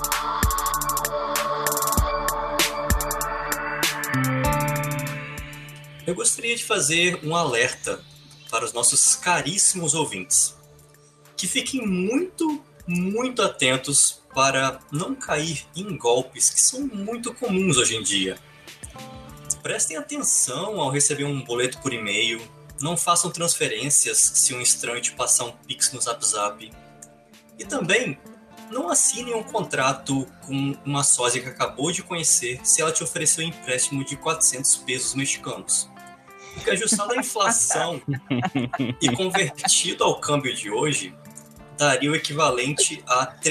Eu gostaria de fazer um alerta para os nossos caríssimos ouvintes, que fiquem muito, muito atentos para não cair em golpes que são muito comuns hoje em dia. Prestem atenção ao receber um boleto por e-mail, não façam transferências se um estranho te passar um Pix no Zap Zap. E também, não assinem um contrato com uma sósia que acabou de conhecer se ela te ofereceu um empréstimo de 400 pesos mexicanos. Porque ajustado à inflação e convertido ao câmbio de hoje, daria o equivalente a R$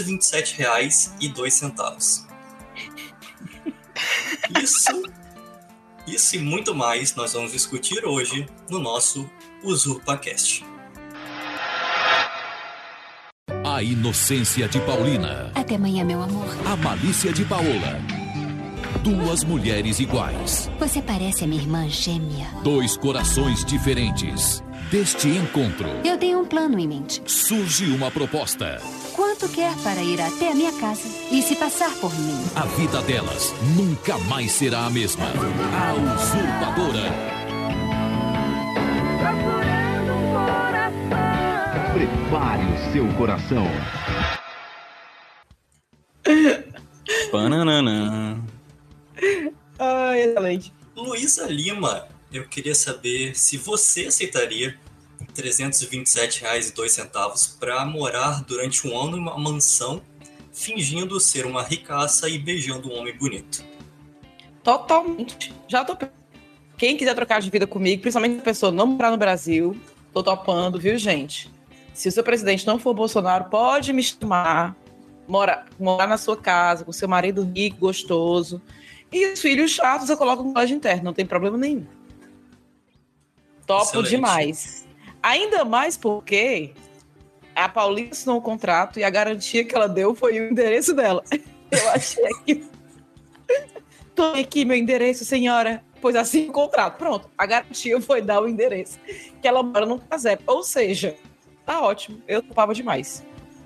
327,02. Isso e muito mais nós vamos discutir hoje no nosso UsurpaCast. A inocência de Paulina. Até amanhã, meu amor. A malícia de Paola. Duas mulheres iguais. Você parece a minha irmã gêmea. Dois corações diferentes. Deste encontro, Eu tenho um plano em mente. surge uma proposta. Quanto quer para ir até a minha casa e se passar por mim? A vida delas nunca mais será a mesma. A usurpadora. Prepare o seu coração. Bananana. Ai, excelente. Luísa Lima, eu queria saber se você aceitaria R$ 327,02 para morar durante um ano em uma mansão, fingindo ser uma ricaça e beijando um homem bonito. Totalmente. Já tô. Quem quiser trocar de vida comigo, principalmente se a pessoa não morar no Brasil, tô topando, viu, gente? Se o seu presidente não for Bolsonaro, pode me chamar, morar na sua casa, com seu marido rico, gostoso. E os filhos chatos eu coloco no colégio interno, não tem problema nenhum. Topo Excelente. demais. Ainda mais porque a Paulina assinou um contrato e a garantia que ela deu foi o endereço dela. Eu achei que... Tô aqui, meu endereço, senhora. Pois assim o contrato. Pronto, a garantia foi dar o endereço. Que ela mora no casebre. Ou seja, tá ótimo. Eu topava demais.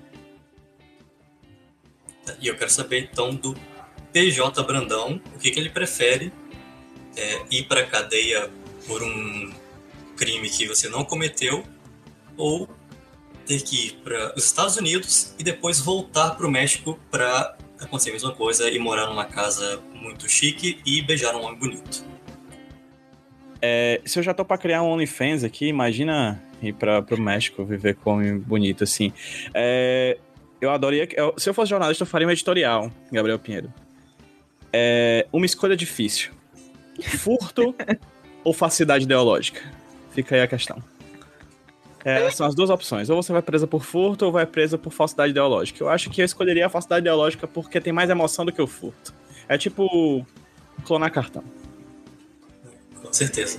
E eu quero saber, então, do PJ Brandão, o que ele prefere, ir para a cadeia por um crime que você não cometeu ou ter que ir para os Estados Unidos e depois voltar para o México para acontecer a mesma coisa e morar numa casa muito chique e beijar um homem bonito. Se eu já tô pra criar um OnlyFans aqui, imagina ir pro México, viver com um homem bonito, assim. Eu adoraria... Se eu fosse jornalista, eu faria um editorial, Gabriel Pinheiro. Uma escolha difícil. Furto ou falsidade ideológica? Fica aí a questão. São as duas opções. Ou você vai presa por furto ou vai presa por falsidade ideológica. Eu acho que eu escolheria a falsidade ideológica porque tem mais emoção do que o furto. É tipo clonar cartão. Com certeza.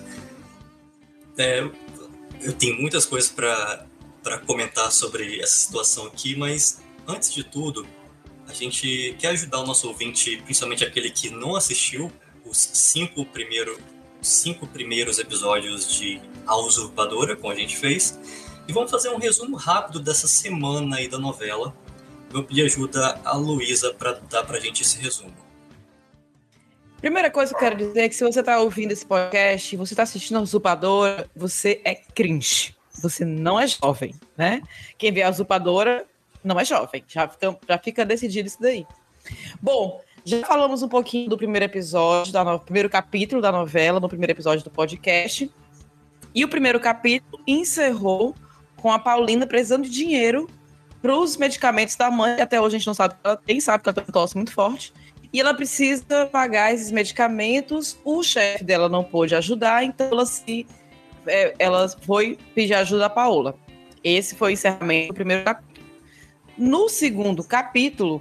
Eu tenho muitas coisas para comentar sobre essa situação aqui, mas antes de tudo, a gente quer ajudar o nosso ouvinte, principalmente aquele que não assistiu os cinco primeiros episódios de A Usurpadora, como a gente fez, e vamos fazer um resumo rápido dessa semana aí da novela. Vou pedir ajuda a Luísa para dar pra gente esse resumo. Primeira coisa que eu quero dizer é que se você tá ouvindo esse podcast, você tá assistindo a Usurpadora, você é cringe. Você não é jovem, né? Quem vê a Usurpadora não é jovem. Já fica decidido isso daí. Bom, já falamos um pouquinho do primeiro episódio, primeiro capítulo da novela, no primeiro episódio do podcast. E o primeiro capítulo encerrou com a Paulina precisando de dinheiro para os medicamentos da mãe, que até hoje a gente não sabe o que ela tem, sabe que ela tem uma tosse muito forte. E ela precisa pagar esses medicamentos, o chefe dela não pôde ajudar, então ela foi pedir ajuda a Paola. Esse foi o encerramento do primeiro capítulo. No segundo capítulo,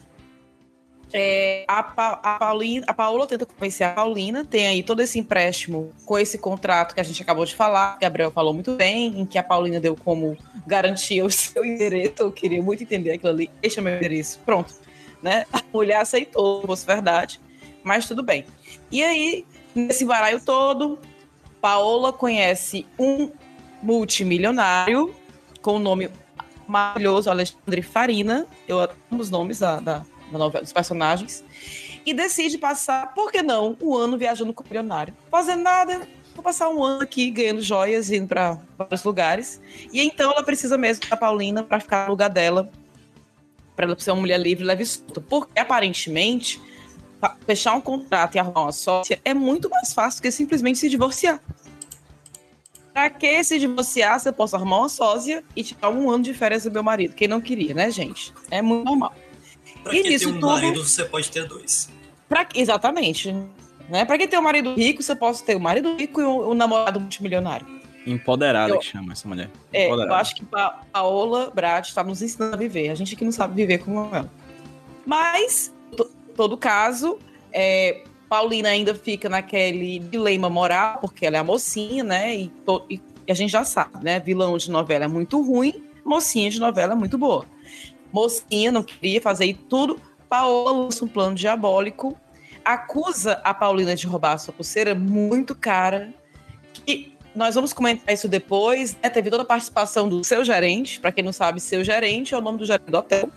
a Paola tenta convencer a Paulina, tem aí todo esse empréstimo com esse contrato que a gente acabou de falar, Gabriel falou muito bem, em que a Paulina deu como garantia o seu endereço. Eu queria muito entender aquilo ali. Deixa meu endereço. Pronto. Né? A mulher aceitou, se fosse verdade, mas tudo bem. E aí, nesse baralho todo, Paola conhece um multimilionário com o nome maravilhoso, Alexandre Farina. Eu amo os nomes na novela, dos personagens, e decide passar, por que não, um ano viajando com o milionário. Fazendo nada, vou passar um ano aqui ganhando joias, indo para vários lugares. E então ela precisa mesmo da Paulina para ficar no lugar dela, para ela ser uma mulher livre, leve e solta. Porque aparentemente, fechar um contrato e arrumar uma sócia é muito mais fácil que simplesmente se divorciar. Pra que se divorciar se eu posso arrumar uma sócia e tirar um ano de férias do meu marido? Quem não queria, né, gente? É muito normal. Pra quem tem um marido, você pode ter dois. Exatamente. Né? Pra quem tem um marido rico, você pode ter um marido rico e um namorado multimilionário. Empoderada que chama essa mulher. Eu acho que Paola Brat está nos ensinando a viver. A gente aqui não sabe viver como ela. Mas, em todo caso, Paulina ainda fica naquele dilema moral, porque ela é a mocinha, né? E a gente já sabe, né? Vilão de novela é muito ruim, mocinha de novela é muito boa. Mocinha não queria fazer tudo. Paola lança um plano diabólico, acusa a Paulina de roubar a sua pulseira muito cara. E nós vamos comentar isso depois, né? Teve toda a participação do seu gerente. Para quem não sabe, seu gerente é o nome do gerente do hotel.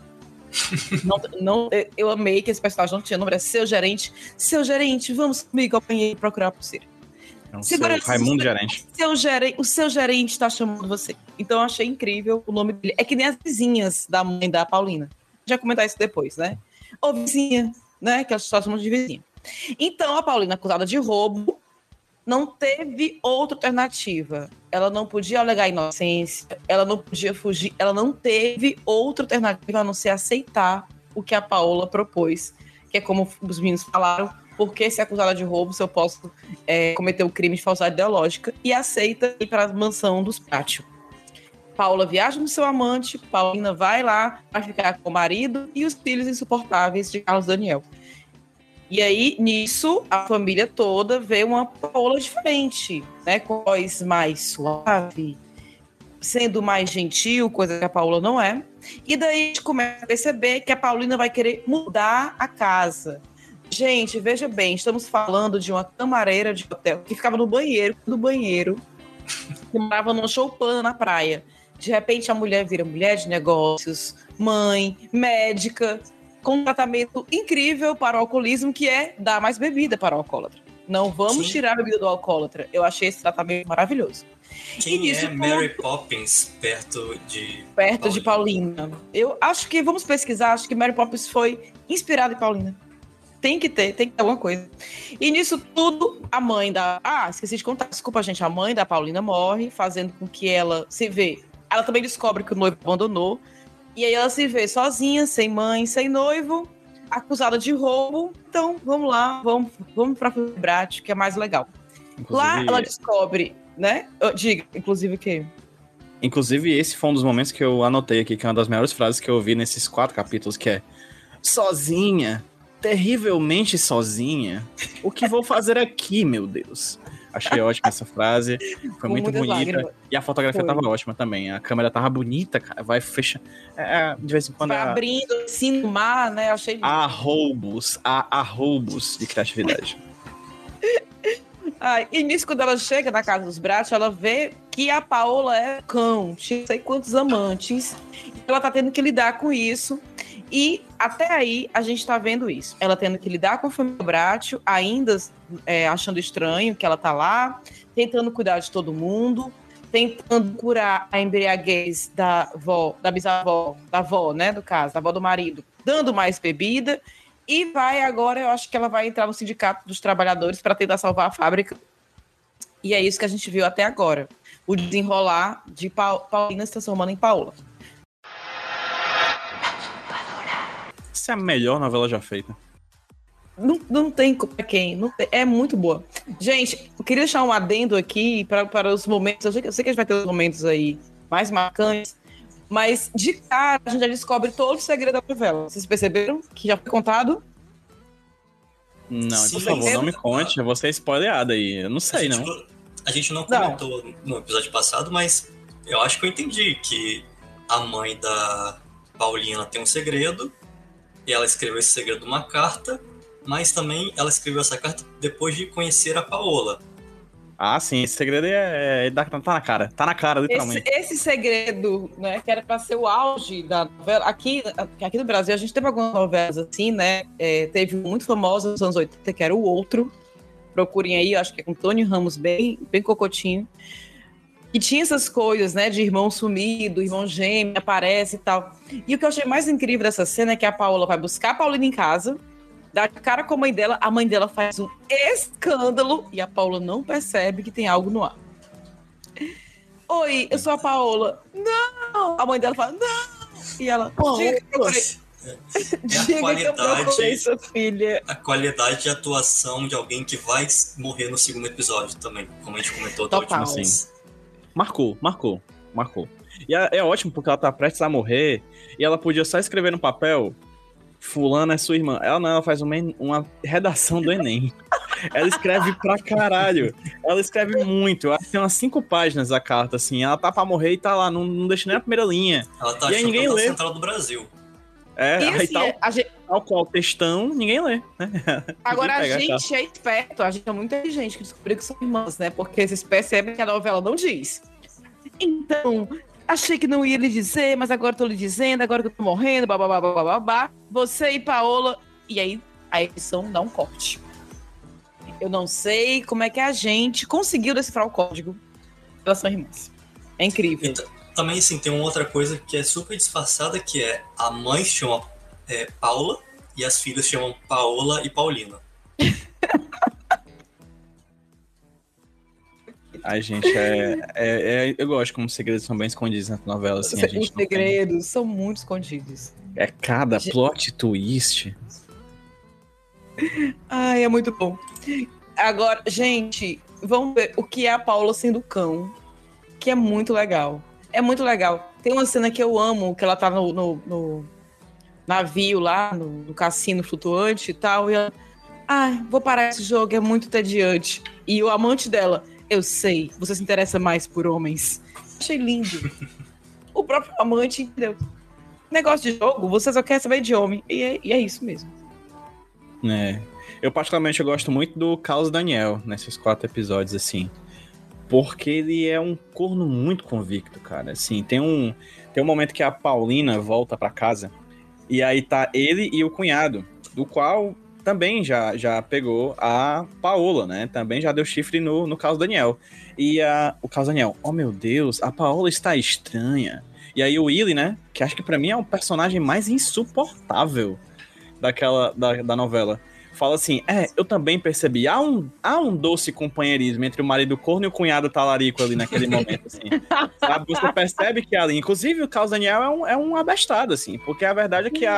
Eu amei que esse personagem não tinha nome, era seu gerente. Seu gerente, vamos comigo ao banheiro procurar a pulseira. Raimundo Gerente. O seu gerente está chamando você. Então eu achei incrível o nome dele. É que nem as vizinhas da mãe da Paulina. Já comentar isso depois, né? Ô vizinha, né? Que elas só chamam de vizinha. Então a Paulina, acusada de roubo, não teve outra alternativa. Ela não podia alegar inocência, ela não podia fugir, ela não teve outra alternativa a não ser aceitar o que a Paola propôs, que é como os meninos falaram, por que ser acusada de roubo se eu posso cometer o crime de falsidade ideológica, e aceita ir para a mansão dos Prátios. Paola viaja com seu amante, Paulina vai lá para ficar com o marido e os filhos insuportáveis de Carlos Daniel. E aí, nisso, a família toda vê uma Paola diferente, né? Com voz mais suave, sendo mais gentil, coisa que a Paola não é. E daí a gente começa a perceber que a Paulina vai querer mudar a casa. Gente, veja bem, estamos falando de uma camareira de hotel que ficava no banheiro, que morava numa choupana na praia. De repente, a mulher vira mulher de negócios, mãe, médica, com um tratamento incrível para o alcoolismo, que é dar mais bebida para o alcoólatra. Não vamos tirar a bebida do alcoólatra. Eu achei esse tratamento maravilhoso. Quem é Mary Poppins perto de Paulina? Eu acho que, vamos pesquisar, acho que Mary Poppins foi inspirada em Paulina. Tem que ter alguma coisa. E nisso tudo, a mãe da... esqueci de contar, desculpa, gente. A mãe da Paulina morre, fazendo com que ela se vê. Ela também descobre que o noivo abandonou. E aí ela se vê sozinha, sem mãe, sem noivo, acusada de roubo. Então, vamos lá, vamos pra Brat, que é mais legal. Inclusive, lá ela descobre, né? Diga, inclusive o quê? Inclusive, esse foi um dos momentos que eu anotei aqui, que é uma das melhores frases que eu ouvi nesses 4 capítulos, que é: sozinha, terrivelmente sozinha, o que vou fazer aqui, meu Deus? Achei ótima essa frase, foi muito bonita. Lágrimas. E a fotografia tava ótima também. A câmera tava bonita, cara. Vai fechar. De vez em quando. Vai abrindo assim no mar, né? Eu achei lindo. Há roubos de criatividade. E nisso, quando ela chega na casa dos Brat, ela vê que a Paola é cão, tinha não sei quantos amantes. Ela tá tendo que lidar com isso. E até aí a gente tá vendo isso. Ela tendo que lidar com a família Bratio, ainda achando estranho que ela tá lá, tentando cuidar de todo mundo, tentando curar a embriaguez da bisavó, da avó, né, do caso, da avó do marido, dando mais bebida. E vai agora, eu acho que ela vai entrar no sindicato dos trabalhadores para tentar salvar a fábrica. E é isso que a gente viu até agora. O desenrolar de Paulina se transformando em Paola. Essa é a melhor novela já feita. Não tem pra quem. Não tem, é muito boa. Gente, eu queria deixar um adendo aqui para os momentos. Eu sei que a gente vai ter os momentos aí mais marcantes. Mas, de cara, a gente já descobre todo o segredo da novela. Vocês perceberam que já foi contado? Não, sim, por favor, não me conte. Eu vou ser spoilerada aí. Eu não sei, não. A gente não comentou no episódio passado, mas eu acho que eu entendi que a mãe da Paulina tem um segredo. E ela escreveu esse segredo numa carta, mas também ela escreveu essa carta depois de conhecer a Paola. Ah, sim, esse segredo tá na cara. Tá na cara, literalmente. Esse segredo, né, que era para ser o auge da novela. Aqui no Brasil, a gente teve algumas novelas assim, né? Teve muito famosa nos anos 80, que era O Outro. Procurem aí, eu acho que é com Tony Ramos, bem cocotinho. E tinha essas coisas, né, de irmão sumido, irmão gêmeo, aparece e tal. E o que eu achei mais incrível dessa cena é que a Paola vai buscar a Paulina em casa, dá de cara com a mãe dela faz um escândalo e a Paola não percebe que tem algo no ar. Oi, eu sou a Paola. Não! A mãe dela fala, não! E ela, diga que eu procurei. Diga que eu procurei sua filha. A qualidade de atuação de alguém que vai morrer no segundo episódio também, como a gente comentou da última vez. Marcou. E é ótimo porque ela tá prestes a morrer e ela podia só escrever no papel: fulana é sua irmã. Ela faz uma redação do Enem. Ela escreve pra caralho. Ela escreve muito. Eu acho que tem umas 5 páginas a carta, assim. Ela tá pra morrer e tá lá, não deixa nem a primeira linha. Ela tá e aí ninguém lê. Central do Brasil. Aí tal qual textão, ninguém lê, né? Agora a gente é esperto, a gente é muito inteligente que descobriu que são irmãs, né? Porque vocês percebem que a novela não diz. Então, achei que não ia lhe dizer, mas agora tô lhe dizendo, agora que eu tô morrendo, babá. Você e Paola. E aí a edição dá um corte. Eu não sei como é que a gente conseguiu decifrar o código. Elas são irmãs. É incrível. Também, assim, tem uma outra coisa que é super disfarçada, que é a mãe se chama Paula e as filhas se chamam Paola e Paulina. A gente eu gosto como os segredos são bem escondidos na novela. Assim, os segredos são muito escondidos. É cada plot twist. Ai, é muito bom. Agora, gente, vamos ver o que é a Paula sendo cão, que é muito legal. É muito legal. Tem uma cena que eu amo, que ela tá no navio lá, no cassino flutuante e tal, e ela, vou parar esse jogo, é muito entediante. E o amante dela, eu sei, você se interessa mais por homens. Achei lindo. O próprio amante, entendeu? Negócio de jogo, você só quer saber de homem. E é isso mesmo. Eu particularmente gosto muito do Carlos Daniel, nesses 4 episódios, assim. Porque ele é um corno muito convicto, cara. Assim, tem um momento que a Paulina volta pra casa, e aí tá ele e o cunhado, do qual também já pegou a Paola, né? Também já deu chifre no Carlos Daniel. E o Carlos Daniel, oh meu Deus, a Paola está estranha. E aí o Willy, né? Que acho que pra mim é o personagem mais insuportável da novela. Fala assim, eu também percebi, há um doce companheirismo entre o marido corno e o cunhado talarico ali naquele momento, assim. Sabe? Você percebe que ali, inclusive o Carlos Daniel é um abestado, assim, porque a verdade é que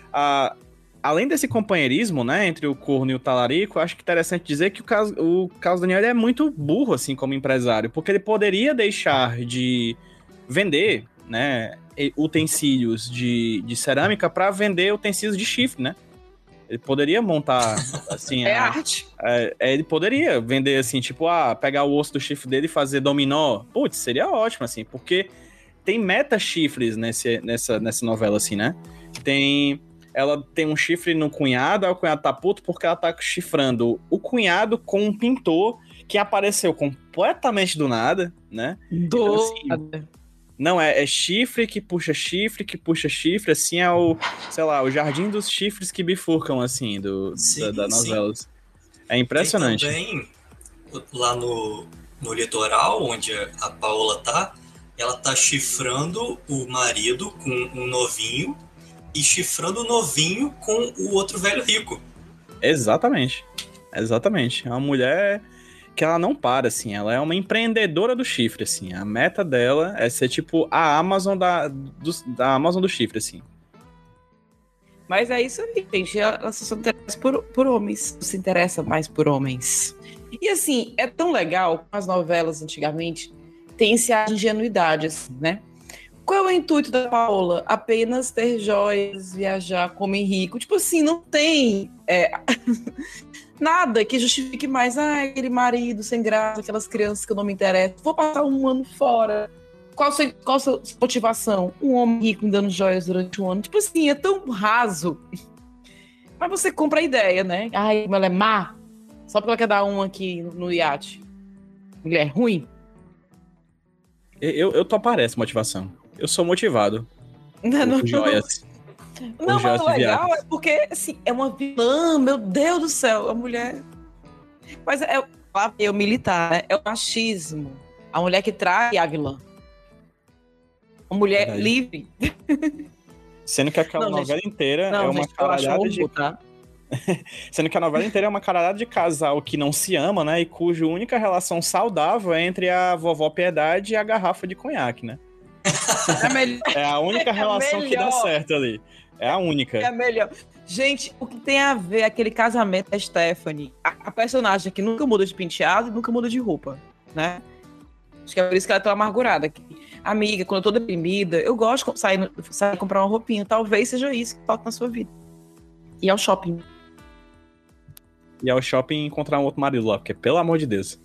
além desse companheirismo, né, entre o corno e o talarico, acho que é interessante dizer que o Carlos Daniel é muito burro, assim, como empresário, porque ele poderia deixar de vender, né, utensílios de cerâmica para vender utensílios de chifre, né? Ele poderia montar, assim... arte. Ele poderia vender, assim, tipo, pegar o osso do chifre dele e fazer dominó. Putz, seria ótimo, assim, porque tem meta-chifres nessa novela, assim, né? Ela tem um chifre no cunhado, aí o cunhado tá puto porque ela tá chifrando o cunhado com um pintor que apareceu completamente do nada, né? Então, assim, não, é chifre que puxa chifre, assim, é o jardim dos chifres que bifurcam, assim, da novela. É impressionante. E também, lá no litoral, onde a Paola tá, ela tá chifrando o marido com um novinho e chifrando o novinho com o outro velho rico. Exatamente. É uma mulher que ela não para, assim, ela é uma empreendedora do chifre, assim, a meta dela é ser, tipo, a Amazon da Amazon do chifre, assim. Mas é isso aí, gente, ela se interessa por homens, se interessa mais por homens. E, assim, é tão legal, com as novelas antigamente, tem essa ingenuidade, assim, né? Qual é o intuito da Paola? Apenas ter joias, viajar, comer rico, tipo assim, não tem... nada que justifique mais, aquele marido sem graça, aquelas crianças que eu não me interesso. Vou passar um ano fora. Qual a sua motivação? Um homem rico me dando joias durante um ano. Tipo assim, é tão raso. Mas você compra a ideia, né? Como ela é má. Só porque ela quer dar um aqui no iate. Mulher ruim? Eu toparia essa motivação. Eu sou motivado. Não, Por joias. não, joias mas o legal viáveis. é porque, assim, é uma vilã, meu Deus do céu, a mulher... Mas é o militar, né? É o machismo. A mulher que trai a vilã. Uma mulher Verdade. livre. Sendo que aquela Não, novela inteira é Não, uma gente, eu acho um caralhada de... horror, tá? Sendo que a novela inteira é uma caralhada de casal que não se ama, né? E cuja única relação saudável é entre a vovó Piedade e a garrafa de conhaque, né? É melhor. É a única relação que dá melhor. certo ali. É a única. É melhor. Gente, o que tem a ver aquele casamento da Stephanie? A personagem que nunca muda de penteado e nunca muda de roupa, né? Acho que é por isso que ela é tão amargurada. Amiga, quando eu tô deprimida, eu gosto de sair comprar uma roupinha. Talvez seja isso que falta na sua vida. E ao shopping. E ao shopping encontrar um outro marido lá, porque pelo amor de Deus.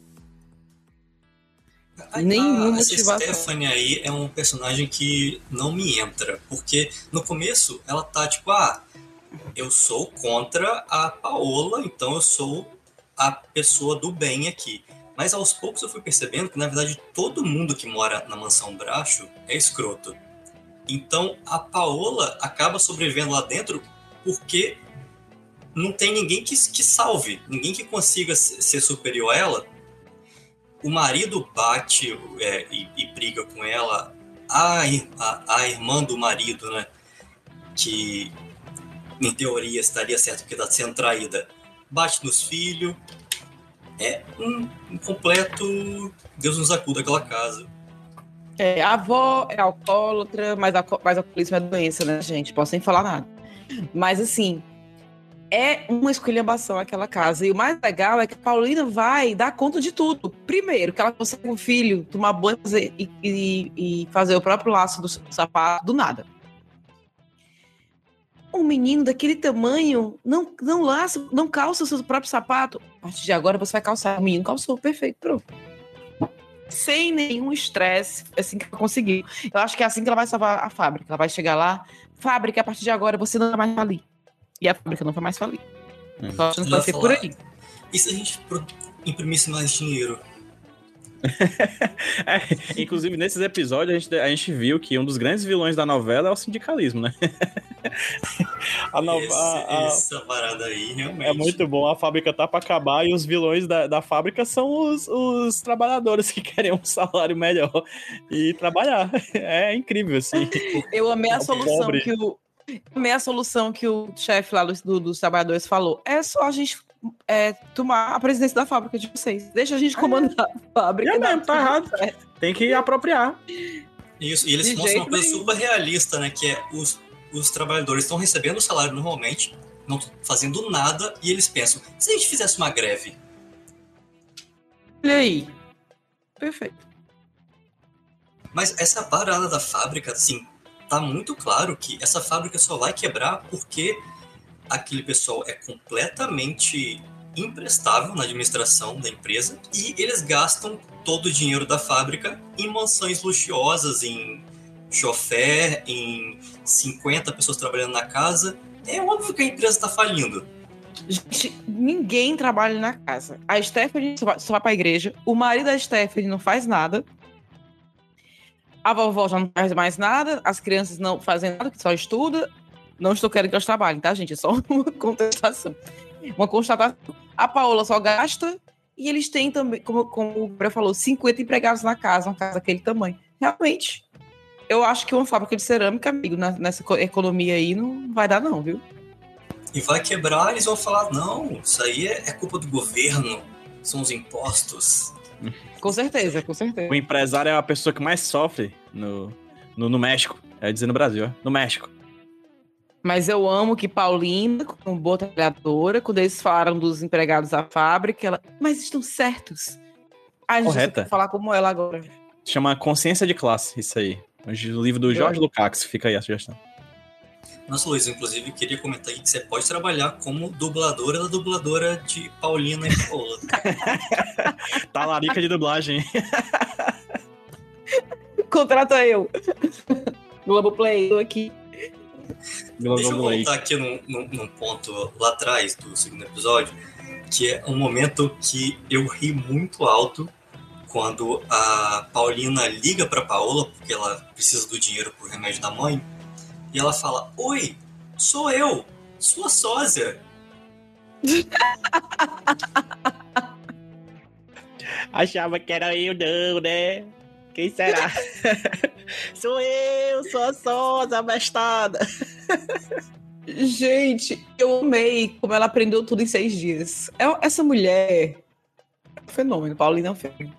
Nenhuma Essa motivação. Stephanie aí é um personagem que não me entra, porque no começo ela tá tipo, eu sou contra a Paola, então eu sou a pessoa do bem aqui. Mas aos poucos eu fui percebendo que, na verdade, todo mundo que mora na mansão Bracho é escroto. Então a Paola acaba sobrevivendo lá dentro porque não tem ninguém que salve, ninguém que consiga ser superior a ela. O marido bate e briga com ela, a irmã do marido, né, que em teoria estaria certo porque está sendo traída, bate nos filhos. É um completo Deus nos acuda aquela casa. A avó é alcoólatra, mas alcoolismo é doença, né, gente? Posso nem falar nada. Mas, assim, é uma esculhambação aquela casa. E o mais legal é que a Paulina vai dar conta de tudo. Primeiro, que ela consegue um filho, tomar banho e fazer o próprio laço do sapato do nada. Um menino daquele tamanho não laça, não calça o seu próprio sapato. A partir de agora você vai calçar. O menino calçou, perfeito, pronto. Sem nenhum estresse, assim que ela conseguiu. Eu acho que é assim que ela vai salvar a fábrica. Ela vai chegar lá, fábrica, a partir de agora você não vai mais falir. E a fábrica não vai mais falir. Então, acho que vai ser por aí. E se a gente imprimisse mais dinheiro? Inclusive, nesses episódios, a gente viu que um dos grandes vilões da novela é o sindicalismo, né? Essa parada aí, realmente. É muito bom, a fábrica tá pra acabar e os vilões da fábrica são os trabalhadores que querem um salário melhor e trabalhar. É incrível, assim. Eu amei a solução que o chefe lá dos trabalhadores falou. É só a gente tomar a presidência da fábrica de vocês. Deixa a gente comandar a fábrica. Tá errado. Tem que apropriar. Isso, e eles De mostram uma coisa jeito super realista, né? Que é os trabalhadores estão recebendo o salário normalmente, não fazendo nada, e eles pensam, se a gente fizesse uma greve? Olha aí. Perfeito. Mas essa parada da fábrica, assim, tá muito claro que essa fábrica só vai quebrar porque aquele pessoal é completamente imprestável na administração da empresa e eles gastam todo o dinheiro da fábrica em mansões luxuosas, em chofer, em 50 pessoas trabalhando na casa. É óbvio que a empresa tá falindo. Gente, ninguém trabalha na casa. A Stephanie só vai pra igreja. O marido da Stephanie não faz nada. A vovó já não faz mais nada. As crianças não fazem nada, que só estuda. Não estou querendo que elas trabalhem, tá, gente? É só uma contestação. Uma constatação. A Paola só gasta. E eles têm também, como o Gabriel falou, 50 empregados na casa. Uma casa daquele tamanho. Realmente, eu acho que uma fábrica de cerâmica, amigo, nessa economia aí, não vai dar não, viu? E vai quebrar, eles vão falar, não, isso aí é culpa do governo, são os impostos. Com certeza, com certeza. O empresário é a pessoa que mais sofre no México. É dizer no Brasil, no México. Mas eu amo que Paulina, como boa trabalhadora, quando eles falaram dos empregados da fábrica, ela... Mas estão certos. A gente Correta. vai falar como ela agora. Chama Consciência de Classe, isso aí. O livro do Jorge Lukács, fica aí a sugestão. Nossa, Luiz, inclusive, queria comentar aqui que você pode trabalhar como dubladora de Paulina e Paola. Talarica de dublagem. Contrata eu. Globoplay, tô aqui. Deixa eu voltar aqui num ponto lá atrás do segundo episódio, que é um momento que eu ri muito alto quando a Paulina liga pra Paola, porque ela precisa do dinheiro pro remédio da mãe, e ela fala: Oi, sou eu, sua sósia. Achava que era eu, não, né? Quem será? Sou eu, sou a Sosa abestada. Gente, eu amei como ela aprendeu tudo em 6 dias. Essa mulher é um fenômeno, Paulina é um fenômeno.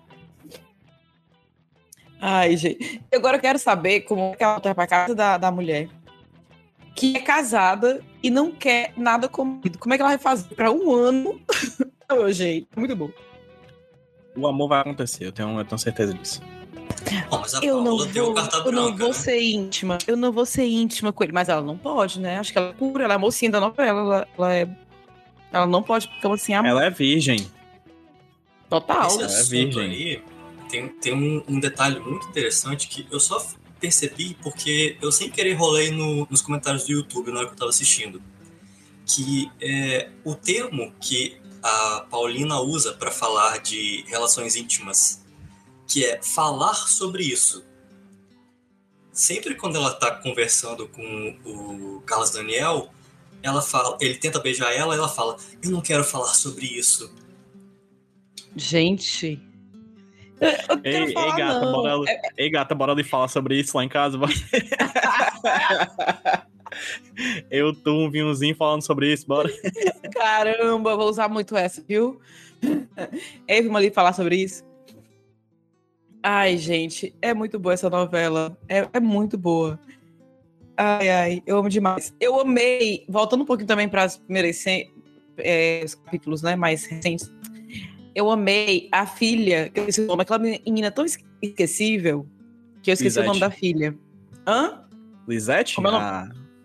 Ai, gente. Agora eu quero saber como é que ela volta pra casa da mulher que é casada e não quer nada comido. Como é que ela vai fazer pra um ano? Meu jeito, muito bom. O amor vai acontecer, eu tenho certeza disso. Bom, mas a Eu não Paola tem o carta eu não branca, vou né? ser íntima. Eu não vou ser íntima com ele, mas ela não pode, né? Acho que ela é pura, ela é a mocinha da novela. Ela não pode, porque assim, Ela é virgem. total. Esse Ela é assunto virgem. aí tem um detalhe muito interessante que eu só percebi porque eu sem querer rolei nos comentários do YouTube na hora que eu tava assistindo. Que o termo que a Paulina usa para falar de relações íntimas, que é falar sobre isso. Sempre quando ela tá conversando com o Carlos Daniel, ela fala, ele tenta beijar ela, ela fala: eu não quero falar sobre isso. Gente. Eu não quero falar, gata, não. Ei, gata, bora ali falar sobre isso lá em casa. Eu tô um vinhozinho falando sobre isso, bora. Caramba, vou usar muito essa, viu? Vamos ali falar sobre isso. Ai, gente, é muito boa essa novela. É muito boa. Ai, eu amo demais. Eu amei, voltando um pouquinho também para as primeiras os capítulos, né, mais recentes. Eu amei a filha, que eu esqueci o nome, aquela menina tão esquecível, que eu esqueci o nome da filha. Hã? Lisete? Como é o nome?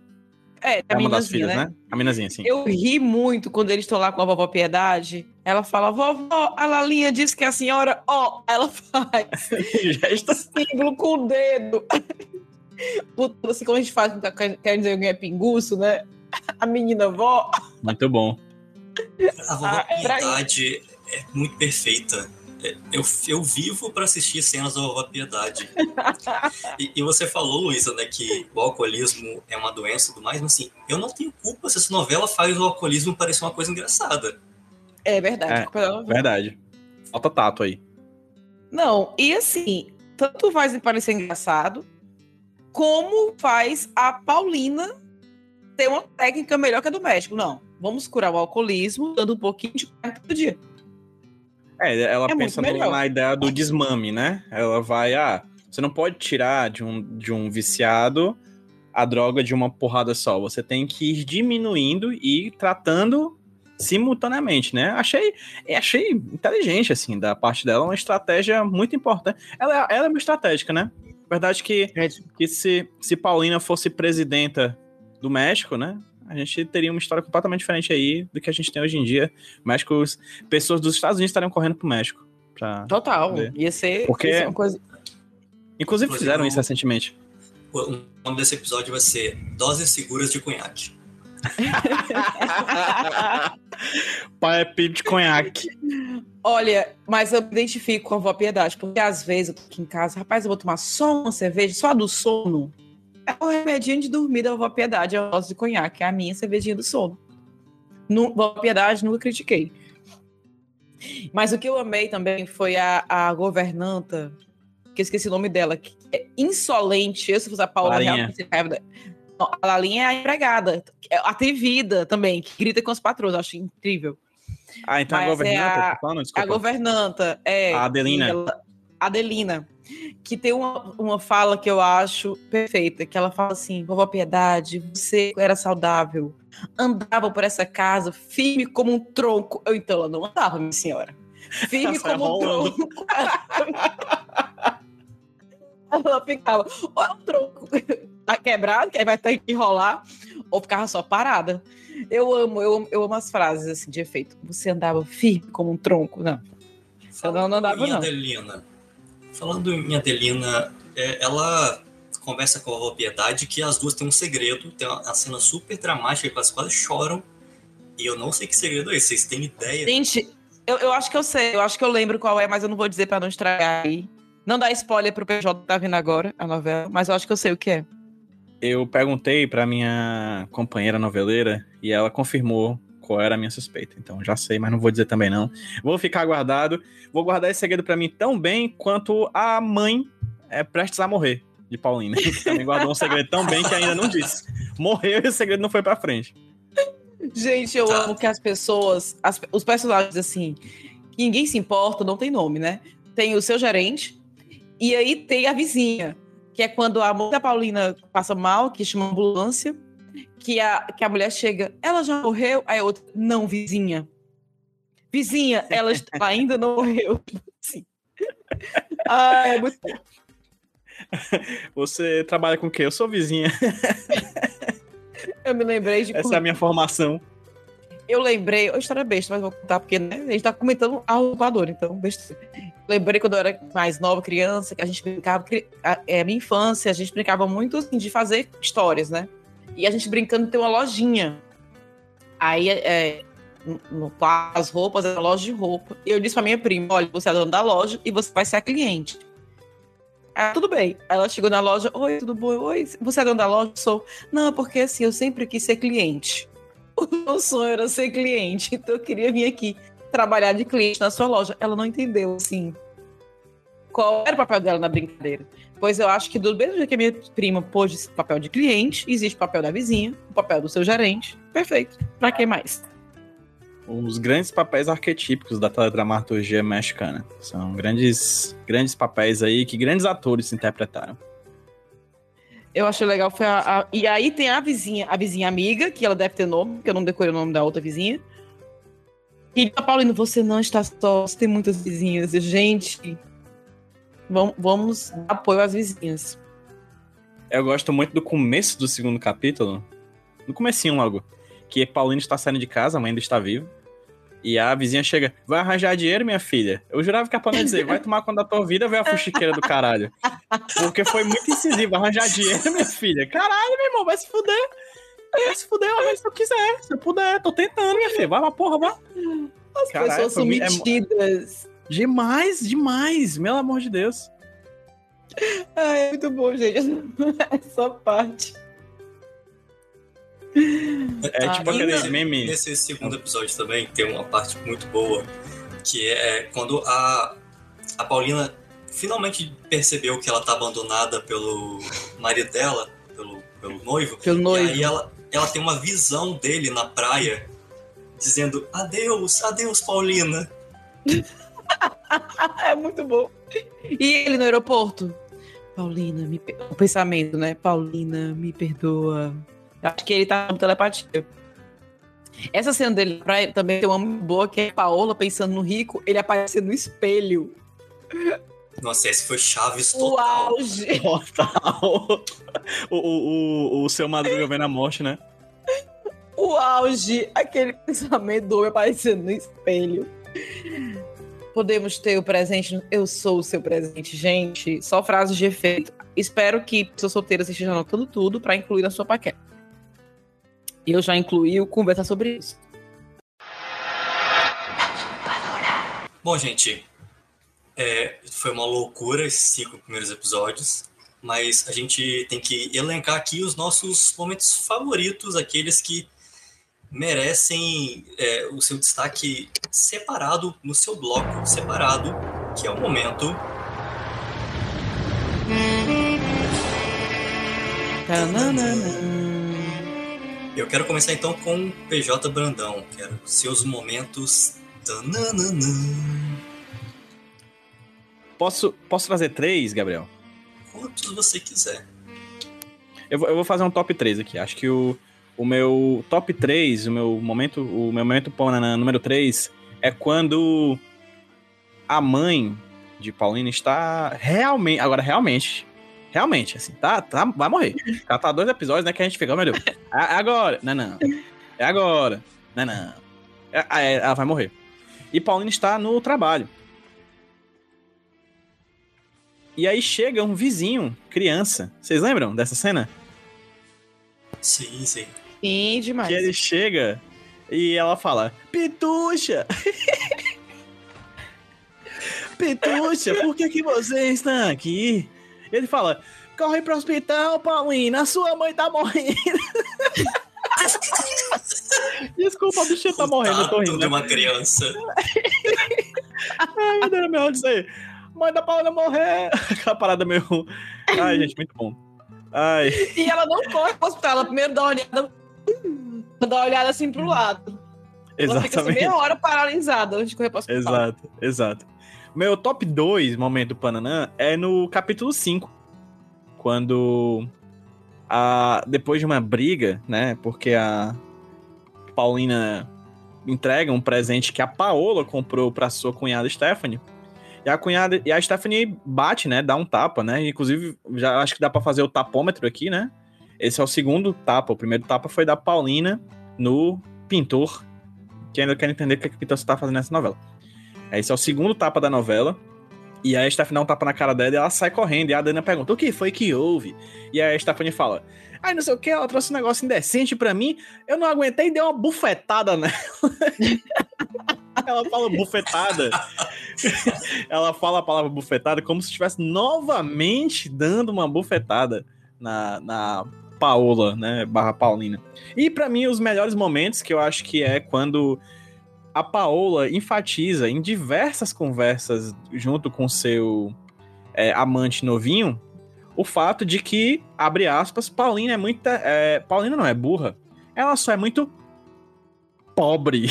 É a uma das meninazinha, filhas, né? A meninazinha, sim. Eu ri muito quando eles estão lá com a vovó Piedade. Ela fala: vovó, a Lalinha disse que a senhora, ela faz Gesto. símbolo com o dedo. Assim como a gente faz, quer dizer, alguém é pinguço, né? A menina vó. Muito bom. A vovó Piedade é muito perfeita. Eu vivo para assistir cenas da vovó Piedade. E você falou, Luísa, né, que o alcoolismo é uma doença e tudo mais, mas assim, eu não tenho culpa se essa novela faz o alcoolismo parecer uma coisa engraçada. É verdade. Verdade. Falta tato aí. Não, e assim, tanto faz parecer engraçado, como faz a Paulina ter uma técnica melhor que a do médico. Não, vamos curar o alcoolismo dando um pouquinho de carne todo dia. Ela pensa muito melhor. na ideia do desmame, né? Ela vai, você não pode tirar de um viciado a droga de uma porrada só. Você tem que ir diminuindo e tratando simultaneamente, né? Achei inteligente, assim, da parte dela, uma estratégia muito importante. Ela é uma estratégica, né? Verdade que se Paulina fosse presidenta do México, né? A gente teria uma história completamente diferente aí do que a gente tem hoje em dia. México, pessoas dos Estados Unidos estariam correndo pro México. Total. Ia ser uma coisa. Inclusive fizeram isso recentemente. O nome desse episódio vai ser Doses Seguras de Conhaque. Pai é pipo de conhaque. Olha, mas eu me identifico com a vó Piedade, porque às vezes eu tô aqui em casa, rapaz, eu vou tomar só uma cerveja, só a do sono. É o remedinho de dormir da vó Piedade, a dose de conhaque, é a minha cervejinha do sono. Vó Piedade, nunca critiquei. Mas o que eu amei também foi a governanta, que eu esqueci o nome dela, que é insolente. Eu, se fosse a Paula, realmente a Lalinha é a empregada, atrevida também, que grita com os patrões, eu acho incrível. Então a governanta, a governanta é a Adelina. Adelina, que tem uma fala que eu acho perfeita, que ela fala assim: vovó Piedade, você era saudável, andava por essa casa firme como um tronco. Então ela não andava, minha senhora. Firme como um tronco. Ela ficava, olha o tronco, tá quebrado, que aí vai ter que enrolar, ou ficava só parada. Eu amo as frases assim, de efeito. Você andava firme como um tronco. Não. Eu não andava, não. Adelina. Falando em Adelina, ela conversa com a vovó Piedade que as duas têm um segredo. Tem uma cena super dramática que elas quase choram. E eu não sei que segredo é esse. Vocês têm ideia? Gente, Eu acho que eu sei, eu acho que eu lembro qual é, mas eu não vou dizer pra não estragar aí. Não dá spoiler pro PJ que tá vindo agora, a novela, mas eu acho que eu sei o que é. Eu perguntei pra minha companheira noveleira e ela confirmou qual era a minha suspeita. Então já sei, mas não vou dizer também não. Vou ficar guardado. Vou guardar esse segredo pra mim tão bem quanto a mãe é prestes a morrer de Paulina, que também guardou um segredo tão bem que ainda não disse. Morreu e o segredo não foi pra frente. Gente, eu amo que as pessoas, os personagens assim, que ninguém se importa, não tem nome, né? Tem o seu gerente e aí tem a vizinha, que é quando a mãe da Paulina passa mal, que chama ambulância, que a mulher chega, ela já morreu? Aí a outra, não, vizinha. Vizinha, ela ainda não morreu. Sim. Ah, é muito bom. Você trabalha com o quê? Eu sou vizinha. Eu me lembrei de... Essa é a minha formação. Eu lembrei... A história é besta, mas vou contar, porque né, a gente tá comentando a ocupadora, então besta. Lembrei quando eu era mais nova, criança, que a gente brincava... minha infância, a gente brincava muito assim, de fazer histórias, né? E a gente brincando de ter uma lojinha. Aí, no quarto, as roupas, era loja de roupa. E eu disse pra minha prima, olha, você é dona da loja e você vai ser a cliente. Ah, tudo bem. Aí ela chegou na loja, oi, tudo bom? Oi, você é dona da loja? Sou. Não, porque assim, eu sempre quis ser cliente. O meu sonho era ser cliente, então eu queria vir aqui trabalhar de cliente na sua loja. Ela não entendeu, assim, qual era o papel dela na brincadeira. Pois eu acho que do mesmo jeito que a minha prima pôs esse papel de cliente, existe o papel da vizinha, o papel do seu gerente. Perfeito. Pra que mais? Os grandes papéis arquetípicos da teledramaturgia mexicana. São grandes papéis aí que grandes atores interpretaram. Eu achei legal, foi e aí tem a vizinha amiga, que ela deve ter nome, porque eu não decorei o nome da outra vizinha. E Paulino, você não está só, você tem muitas vizinhas. Gente, vamos dar apoio às vizinhas. Eu gosto muito do começo do segundo capítulo, no comecinho logo, que Paulino está saindo de casa, a mãe ainda está viva. E a vizinha chega, vai arranjar dinheiro, minha filha? Eu jurava que a Paulina ia dizer, vai tomar conta da tua vida, vai a fuxiqueira do caralho. Porque foi muito incisivo, arranjar dinheiro, minha filha. Caralho, meu irmão, vai se fuder. Vai se fuder, arranja se eu quiser. Se eu puder, tô tentando, minha filha. Vai pra porra, vai. As pessoas são metidas. Demais, pelo amor de Deus. É muito bom, gente. Essa parte. É tipo aquele meme. Nesse segundo episódio também tem uma parte muito boa, que é quando a Paulina finalmente percebeu que ela tá abandonada pelo marido dela, pelo noivo. Pelo noivo. E aí ela tem uma visão dele na praia, dizendo, adeus, Paulina. É muito bom. E ele no aeroporto? Paulina, o pensamento, né? Paulina, me perdoa. Acho que ele tá com telepatia. Essa cena dele na praia também tem uma muito boa, que é a Paola pensando no Rico, ele aparecendo no espelho. Nossa, esse foi Chaves O total. auge. Total. O seu Madruga vendo a morte, né? O auge. Aquele pensamento do homem aparecendo no espelho. Podemos ter o presente. Eu sou o seu presente, gente. Só frases de efeito. Espero que pessoas solteiras estejam anotando tudo pra incluir na sua paquera. Eu já incluí o conversar sobre isso. Bom, gente, foi uma loucura esses 5 primeiros episódios, mas a gente tem que elencar aqui os nossos momentos favoritos, aqueles que merecem o seu destaque separado, no seu bloco separado, que é o momento... Eu quero começar então com PJ Brandão. Quero seus momentos. Posso trazer 3, Gabriel? Quantos você quiser. Eu vou fazer um top 3 aqui. Acho que o meu top 3, o meu momento Pananã número 3 é quando a mãe de Paulina está realmente, assim, tá, vai morrer. Ela tá 2 episódios, né, que a gente fica, oh, meu Deus, é agora, não, é agora, não, ela vai morrer. E Paulina está no trabalho. E aí chega um vizinho, criança, vocês lembram dessa cena? Sim. Sim, demais. Que ele chega e ela fala, Pitucha! Petucha, por que você está aqui? Ele fala, corre pro hospital, Paulina, sua mãe tá morrendo. Desculpa, a bichinha tá morrendo, eu tô rindo. De uma criança. Ai, meu Deus, é melhor dizer, mãe da Paulina morrer. Aquela parada meio... Ai, gente, muito bom. Ai. E ela não corre pro hospital, ela primeiro dá uma olhada assim pro lado. Ela Exatamente. fica assim, meia hora paralisada antes de correr pro hospital. Exato. Meu top 2 momento do Pananã é no capítulo 5. Quando, depois de uma briga, né, porque a Paulina entrega um presente que a Paola comprou pra sua cunhada Stephanie, e a Stephanie bate, né, dá um tapa, né, inclusive, já acho que dá pra fazer o tapômetro aqui, né, esse é o segundo tapa, o primeiro tapa foi da Paulina no pintor, que ainda quero entender o que o pintor está fazendo nessa novela. Esse é o segundo tapa da novela. E aí a Stephanie dá um tapa na cara dela e ela sai correndo. E a Dana pergunta, o que foi que houve? E aí a Stephanie fala, ai, não sei o que, ela trouxe um negócio indecente pra mim. Eu não aguentei e dei uma bufetada nela. Ela fala bufetada. Ela fala a palavra bufetada como se estivesse novamente dando uma bufetada na Paola, né, / Paulina. E pra mim, os melhores momentos, que eu acho que é quando a Paola enfatiza em diversas conversas junto com seu amante novinho, o fato de que, abre aspas, Paulina Paulina não é burra, ela só é muito pobre.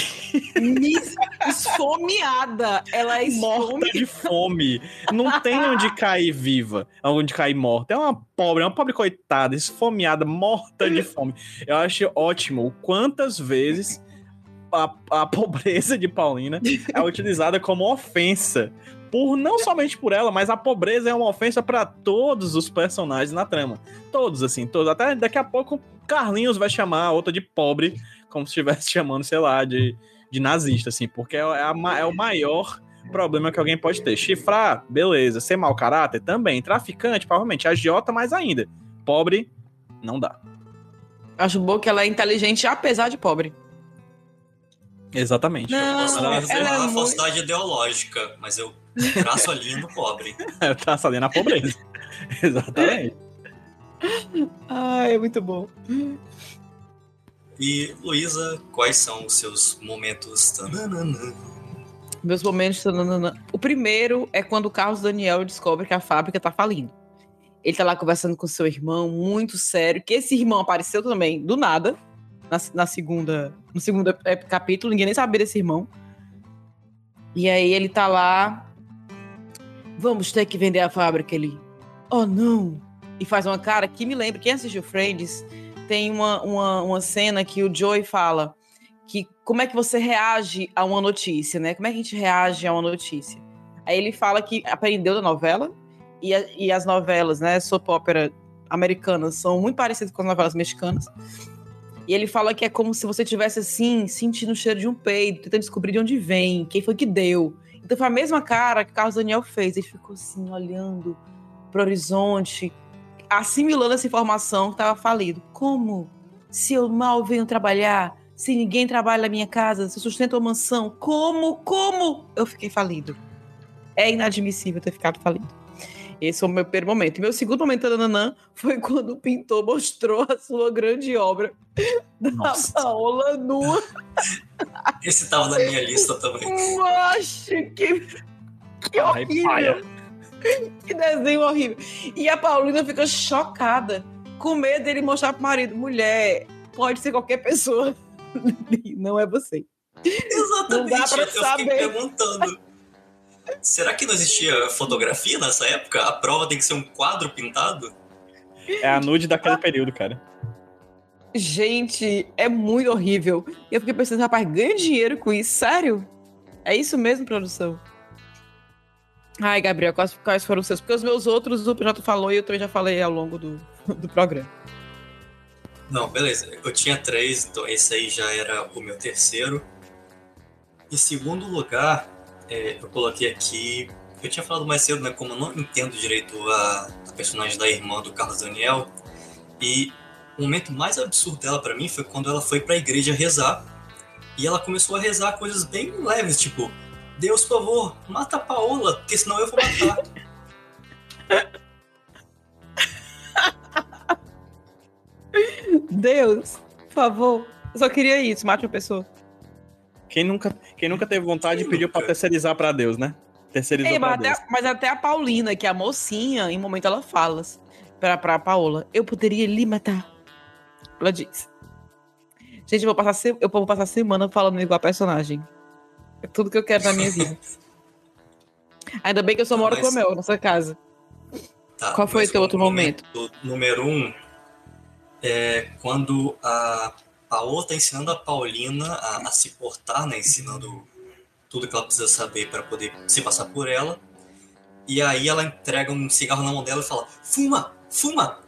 Esfomeada. Ela é morta de fome. Não tem onde cair viva, onde cair morta. É uma pobre coitada, esfomeada, morta de fome. Eu acho ótimo quantas vezes a pobreza de Paulina é utilizada como ofensa. Não somente por ela, mas a pobreza é uma ofensa para todos os personagens na trama. Todos, assim, todos. Até daqui a pouco Carlinhos vai chamar a outra de pobre, como se estivesse chamando, sei lá, de nazista, assim, porque é o maior problema que alguém pode ter. Chifrar, beleza. Ser mau caráter, também. Traficante, provavelmente. Agiota, mais ainda. Pobre, não dá. Acho bom que ela é inteligente, apesar de pobre. Exatamente. Não, eu posso fazer uma muito... falsidade ideológica, mas eu traço ali no pobre. Eu traço ali na pobreza. Exatamente. Ai, é muito bom. E, Luísa, quais são os seus momentos? Tananana? Meus momentos... Tananana. O primeiro é quando o Carlos Daniel descobre que a fábrica tá falindo. Ele tá lá conversando com seu irmão, muito sério, que esse irmão apareceu também, do nada, no segundo capítulo, ninguém nem sabia desse irmão. E aí ele tá lá, vamos ter que vender a fábrica. Ele, oh não, e faz uma cara que me lembra, quem assistiu Friends, tem uma cena que o Joey fala que como é que você reage a uma notícia, né? Como é que a gente reage a uma notícia? Aí ele fala que aprendeu da novela, e as novelas, né, soap opera americanas são muito parecidas com as novelas mexicanas. E ele fala que é como se você estivesse assim, sentindo o cheiro de um peido, tentando descobrir de onde vem, quem foi que deu. Então foi a mesma cara que o Carlos Daniel fez. Ele ficou assim, olhando pro horizonte, assimilando essa informação que estava falido. Como? Se eu mal venho trabalhar, se ninguém trabalha na minha casa, se eu sustento uma mansão, como eu fiquei falido? É inadmissível ter ficado falido. Esse foi o meu primeiro momento. E meu segundo momento, Nananã, foi quando o pintor mostrou a sua grande obra da Paola nua. Esse tava na minha lista também. Nossa, que horrível. Que desenho horrível. E a Paulina fica chocada, com medo dele mostrar pro marido. Mulher, pode ser qualquer pessoa. Não é você. Exatamente. Não dá pra saber. Fiquei perguntando. Será que não existia fotografia nessa época? A prova tem que ser um quadro pintado? É a nude daquele período, cara. Gente, é muito horrível. E eu fiquei pensando, rapaz, ganha dinheiro com isso? Sério? É isso mesmo, produção? Ai, Gabriel, quais foram os seus? Porque os meus outros, o PJ falou e eu também já falei ao longo do programa. Não, beleza. Eu tinha 3, então esse aí já era o meu terceiro. Em segundo lugar, eu coloquei aqui... Eu tinha falado mais cedo, né? Como eu não entendo direito a personagem da irmã do Carlos Daniel. E o momento mais absurdo dela pra mim foi quando ela foi pra igreja rezar. E ela começou a rezar coisas bem leves, tipo... Deus, por favor, mata a Paola, porque senão eu vou matar. Deus, por favor. Eu só queria isso, mate uma pessoa. Quem nunca teve vontade e pediu pra terceirizar pra Deus, né? Terceirizou Ei, pra mas, Deus. mas até a Paulina, que é a mocinha, em um momento ela fala pra Paola, eu poderia lhe matar. Ela diz. Gente, eu vou passar semana falando igual a personagem. É tudo que eu quero na minha vida. Ainda bem que eu só moro com o Mel nessa casa. Tá, Qual foi o teu outro momento? Número 1 é quando a Paola tá ensinando a Paulina a se portar, né? Ensinando tudo que ela precisa saber para poder se passar por ela. E aí ela entrega um cigarro na mão dela e fala, fuma, fuma!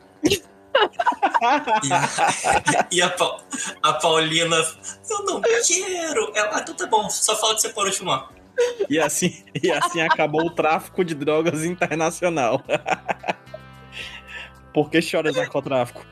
A Paulina, eu não quero! Ela, então tá bom, só fala que você parou de fumar. E assim acabou o tráfico de drogas internacional. Por que choras, narcotráfico?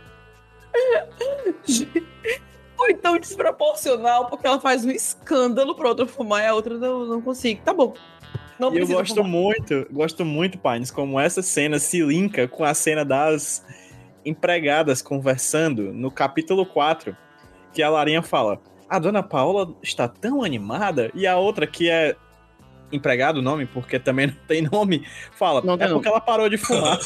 Foi tão desproporcional, porque ela faz um escândalo pra outra fumar e a outra não consigo. Tá bom. Não E eu precisa gosto muito, Pines, como essa cena se linka com a cena das empregadas conversando no capítulo 4, que a Larinha fala, a dona Paola está tão animada, e a outra, que é empregado o nome, porque também não tem nome, fala, Não tem é porque nome. ela parou de fumar.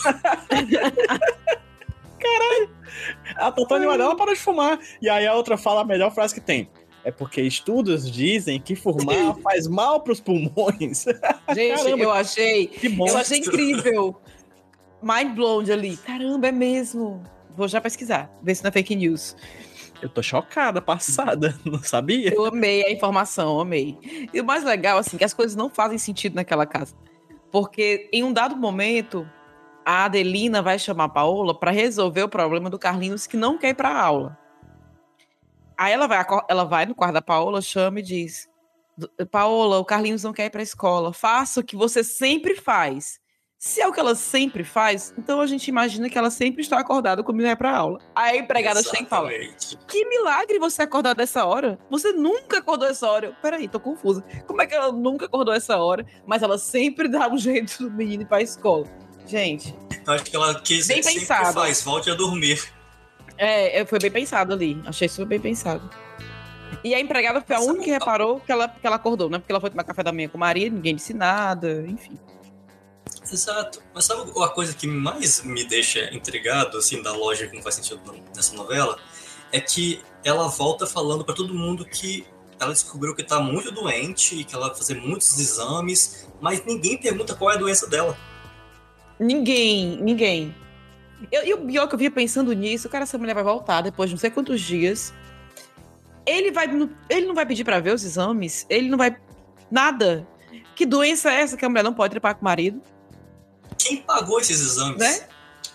Caralho! Ela tá tão animada, ela parou de fumar. E aí a outra fala a melhor frase que tem. É porque estudos dizem que fumar faz mal pros pulmões. Gente, Caramba, eu achei bom. incrível. Mind blown ali. Caramba, é mesmo. Vou já pesquisar, ver se não é fake news. Eu tô chocada, passada, não sabia? Eu amei a informação, amei. E o mais legal, assim, que as coisas não fazem sentido naquela casa. Porque em um dado momento, a Adelina vai chamar a Paola para resolver o problema do Carlinhos que não quer ir pra aula. Aí ela vai no quarto da Paola, chama e diz, Paola, o Carlinhos não quer ir pra escola. Faça o que você sempre faz. Se é o que ela sempre faz, então a gente imagina que ela sempre está acordada quando vai pra aula. Aí a empregada chega e fala, que milagre você acordar dessa hora? Você nunca acordou essa hora. Peraí, tô confusa. Como é que ela nunca acordou essa hora, mas ela sempre dá um jeito do menino ir pra escola? Gente. Acho que ela quis bem sempre pensado. Faz, volte a dormir. Foi bem pensado ali. Achei super bem pensado. E a empregada foi a única que reparou que ela acordou, né? Porque ela foi tomar café da manhã com o marido, ninguém disse nada, enfim. Exato. Mas sabe a coisa que mais me deixa intrigado, assim, da lógica que não faz sentido nessa novela? É que ela volta falando pra todo mundo que ela descobriu que tá muito doente e que ela vai fazer muitos exames, mas ninguém pergunta qual é a doença dela. Ninguém. E o pior que eu vinha pensando nisso, cara, essa mulher vai voltar depois de não sei quantos dias. Ele não vai pedir pra ver os exames? Ele não vai... Nada. Que doença é essa que a mulher não pode trepar com o marido? Quem pagou esses exames? Né?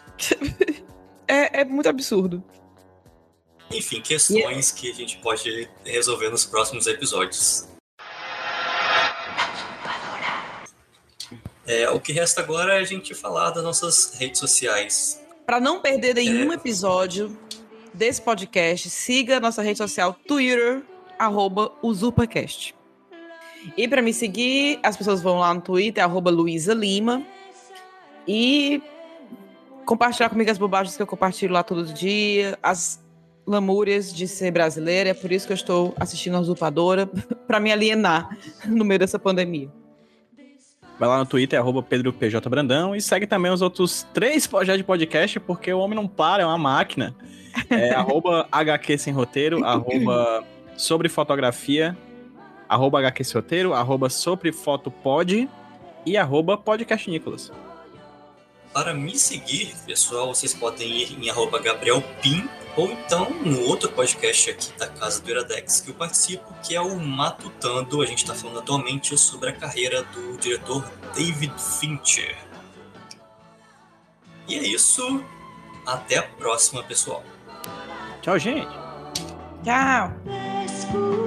É muito absurdo. Enfim, questões que a gente pode resolver nos próximos episódios. O que resta agora é a gente falar das nossas redes sociais. Para não perder nenhum episódio desse podcast, siga a nossa rede social Twitter, @usurpacast. E para me seguir, as pessoas vão lá no Twitter, @Luísa Lima. E compartilhar comigo as bobagens que eu compartilho lá todo dia, as lamúrias de ser brasileira. É por isso que eu estou assistindo a Usurpadora, para me alienar no meio dessa pandemia. Vai lá no Twitter, @PedroPJBrandão, e segue também os outros 3 projetos de podcast, porque o homem não para, é uma máquina. @HQ Sem Roteiro, @Sobre Fotografia, @HQ Sem Roteiro, @Sobre Fotopod e @Podcast Nicolas. Para me seguir, pessoal, vocês podem ir em @GabrielPim, ou então no outro podcast aqui da Casa do Iradex que eu participo, que é o Matutando. A gente está falando atualmente sobre a carreira do diretor David Fincher. E é isso. Até a próxima, pessoal. Tchau, gente. Tchau.